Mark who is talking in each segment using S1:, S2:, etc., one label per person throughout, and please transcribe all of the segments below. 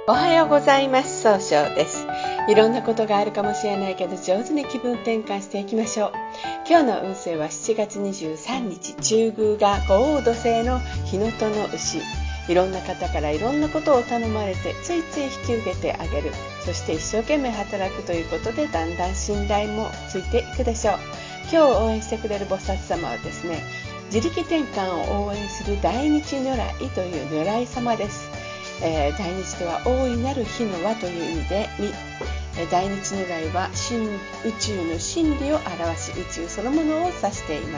S1: おはようございます。総称です。いろんなことがあるかもしれないけど、上手に気分転換していきましょう。今日の運勢は7月23日、中宮が五黄土星の日のとの牛。いろんな方からいろんなことを頼まれて、ついつい引き受けてあげる。そして一生懸命働くということで、だんだん信頼もついていくでしょう。今日応援してくれる菩薩様はですね、自力転換を応援する大日如来という如来様です。大日とは大いなる火の輪という意味で、大日如来は宇宙の真理を表し、宇宙そのものを指しています。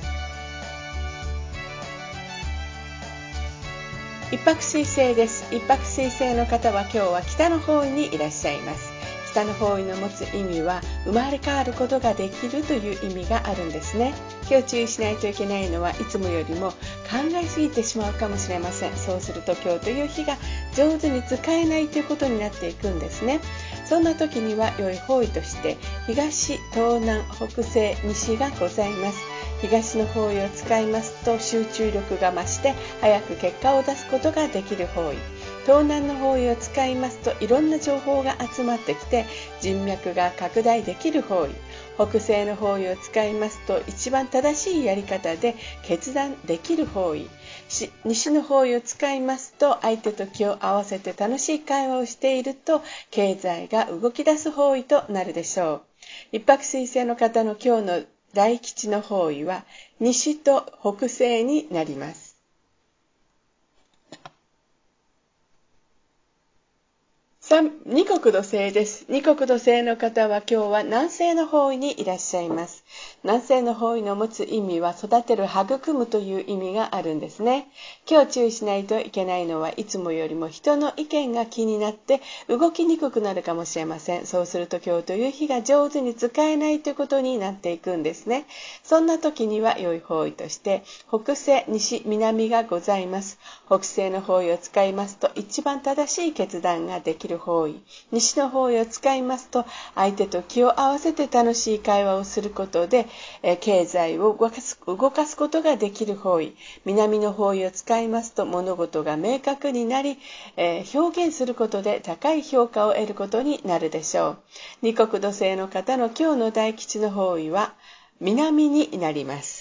S1: 一泊水星です。一泊水星の方は今日は北の方位にいらっしゃいます。北の方位の持つ意味は生まれ変わることができるという意味があるんですね。今日注意しないといけないのはいつもよりも考えすぎてしまうかもしれません。そうすると今日という日が上手に使えないということになっていくんですね。そんな時には良い方位として東、東南、北西、西がございます。東の方位を使いますと集中力が増して早く結果を出すことができる方位。東南の方位を使いますといろんな情報が集まってきて人脈が拡大できる方位。北西の方位を使いますと一番正しいやり方で決断できる方位。西の方位を使いますと相手と気を合わせて楽しい会話をしていると経済が動き出す方位となるでしょう。一泊水星の方の今日の大吉の方位は西と北西になります。二国土星です。二国土星の方は今日は南西の方位にいらっしゃいます。南西の方位の持つ意味は育てる、育むという意味があるんですね。今日注意しないといけないのはいつもよりも人の意見が気になって動きにくくなるかもしれません。そうすると今日という日が上手に使えないということになっていくんですね。そんな時には良い方位として北西、西、南がございます。北西の方位を使いますと一番正しい決断ができる方位。西の方位を使いますと相手と気を合わせて楽しい会話をすることで経済を動かすことができる方位。南の方位を使いますと物事が明確になり、表現することで高い評価を得ることになるでしょう。二国土星の方の今日の大吉の方位は南になります。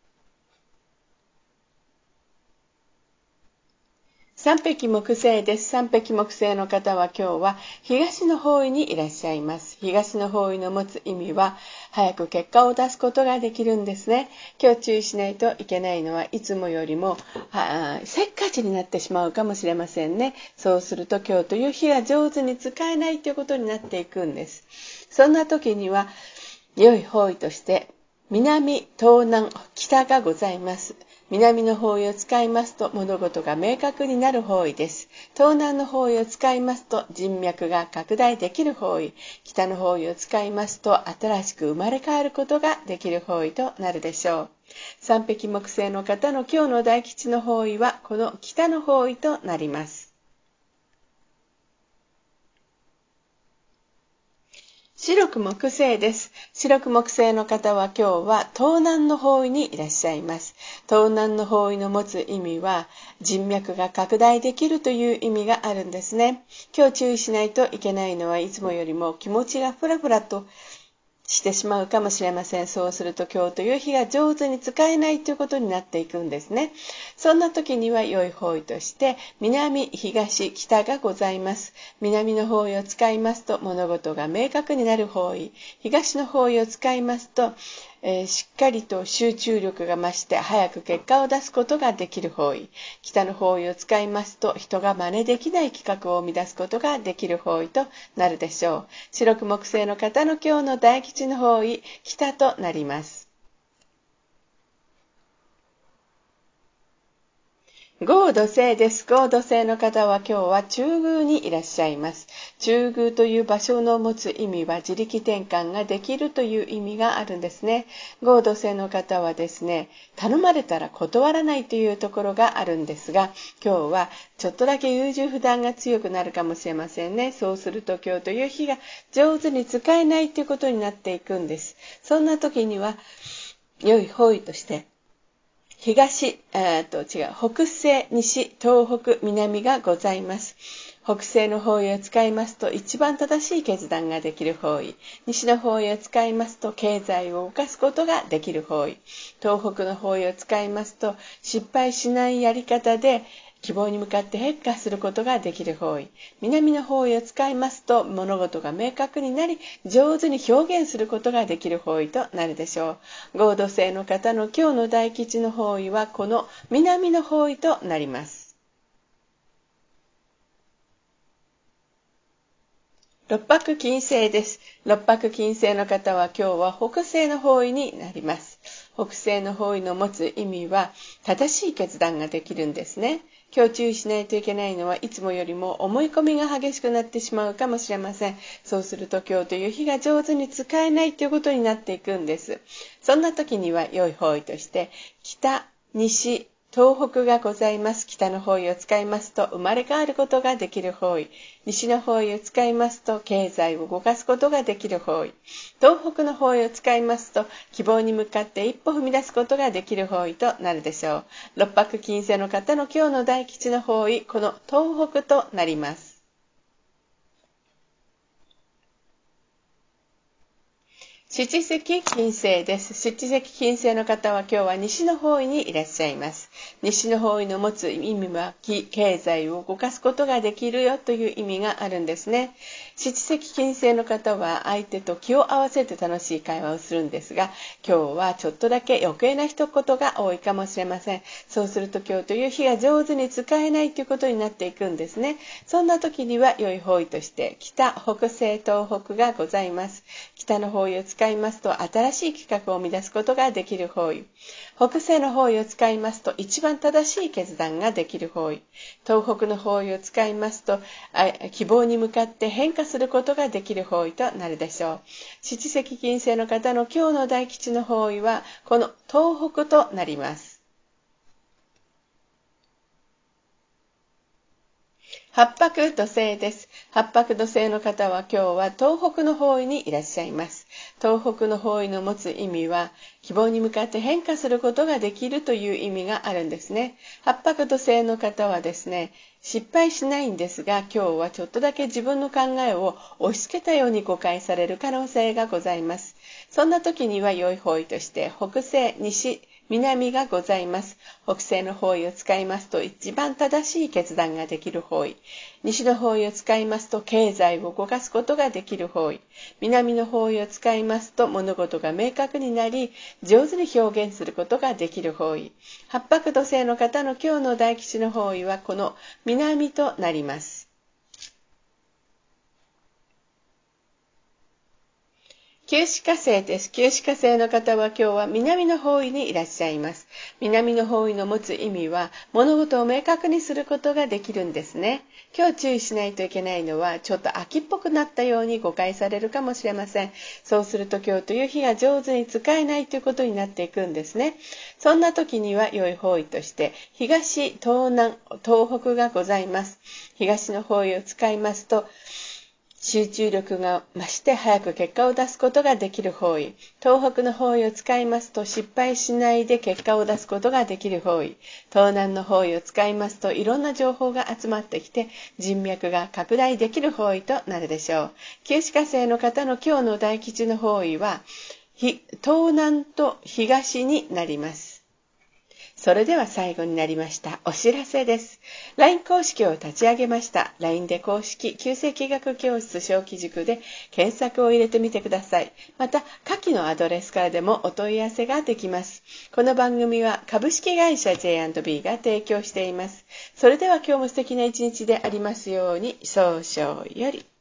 S1: 三匹木星です。三匹木星の方は今日は東の方位にいらっしゃいます。東の方位の持つ意味は早く結果を出すことができるんですね。今日注意しないといけないのはいつもよりもせっかちになってしまうかもしれませんね。そうすると今日という日が上手に使えないということになっていくんです。そんな時には良い方位として南、東南、北がございます。南の方位を使いますと物事が明確になる方位です。東南の方位を使いますと人脈が拡大できる方位。北の方位を使いますと新しく生まれ変わることができる方位となるでしょう。三匹木星の方の今日の大吉の方位はこの北の方位となります。白く木星です。白く木星の方は今日は東南の方位にいらっしゃいます。東南の方位の持つ意味は人脈が拡大できるという意味があるんですね。今日注意しないといけないのはいつもよりも気持ちがフラフラとしてしまうかもしれません。そうすると今日という日が上手に使えないということになっていくんですね。そんな時には良い方位として南、東、北がございます。南の方位を使いますと物事が明確になる方位。東の方位を使いますとしっかりと集中力が増して早く結果を出すことができる方位。北の方位を使いますと人が真似できない企画を生み出すことができる方位となるでしょう。白く木星の方の今日の大吉の方位、北となります。合土星です。合土星の方は今日は中宮にいらっしゃいます。中宮という場所の持つ意味は自力転換ができるという意味があるんですね。合土星の方はですね、頼まれたら断らないというところがあるんですが、今日はちょっとだけ優柔不断が強くなるかもしれませんね。そうすると今日という日が上手に使えないということになっていくんです。そんな時には良い方位として北西、西、東北、南がございます。 北西の方位を使いますと一番正しい決断ができる方位。西の方位を使いますと経済を動かすことができる方位。東北の方位を使いますと失敗しないやり方で希望に向かって変化することができる方位。南の方位を使いますと物事が明確になり上手に表現することができる方位となるでしょう。合土星の方の今日の大吉の方位はこの南の方位となります。六白金星です。六白金星の方は今日は北西の方位になります。北西の方位の持つ意味は正しい決断ができるんですね。今日注意しないといけないのはいつもよりも思い込みが激しくなってしまうかもしれません。そうすると今日という日が上手に使えないということになっていくんです。そんな時には良い方位として北、西、東北がございます。北の方位を使いますと生まれ変わることができる方位。西の方位を使いますと経済を動かすことができる方位。東北の方位を使いますと希望に向かって一歩踏み出すことができる方位となるでしょう。六白金星の方の今日の大吉の方位、この東北となります。七石金星です。七石金星の方は今日は西の方位にいらっしゃいます。西の方位の持つ意味は経済を動かすことができるよという意味があるんですね。七石金星の方は相手と気を合わせて楽しい会話をするんですが、今日はちょっとだけ余計な一言が多いかもしれません。そうすると今日という日が上手に使えないということになっていくんですね。そんな時には良い方位として北、北西、東北がございます。北の方位を使いますと新しい企画を生み出すことができる方位。北西の方位を使いますと一番正しい決断ができる方位。東北の方位を使いますと希望に向かって変化することができる方位となるでしょう。七石金星の方の今日の大吉の方位はこの東北となります。八白土星です。八白土星の方は今日は東北の方位にいらっしゃいます。東北の方位の持つ意味は希望に向かって変化することができるという意味があるんですね。八白土星の方はですね、失敗しないんですが今日はちょっとだけ自分の考えを押し付けたように誤解される可能性がございます。そんな時には良い方位として北西、西、南がございます。北西の方位を使いますと一番正しい決断ができる方位。西の方位を使いますと経済を動かすことができる方位。南の方位を使いますと物事が明確になり上手に表現することができる方位。八白土星の方の今日の大吉の方位はこの南となります。九死火星です。九死火星の方は今日は南の方位にいらっしゃいます。南の方位の持つ意味は物事を明確にすることができるんですね。今日注意しないといけないのはちょっと秋っぽくなったように誤解されるかもしれません。そうすると今日という日が上手に使えないということになっていくんですね。そんな時には良い方位として東、東南、東北がございます。東の方位を使いますと集中力が増して早く結果を出すことができる方位。東北の方位を使いますと失敗しないで結果を出すことができる方位。東南の方位を使いますといろんな情報が集まってきて人脈が拡大できる方位となるでしょう。九死火星の方の今日の大吉の方位は東南と東になります。それでは最後になりましたお知らせです。LINE 公式を立ち上げました。LINE で公式旧世紀学教室小規塾で検索を入れてみてください。また下記のアドレスからでもお問い合わせができます。この番組は株式会社 J&B が提供しています。それでは今日も素敵な一日でありますように。早々より。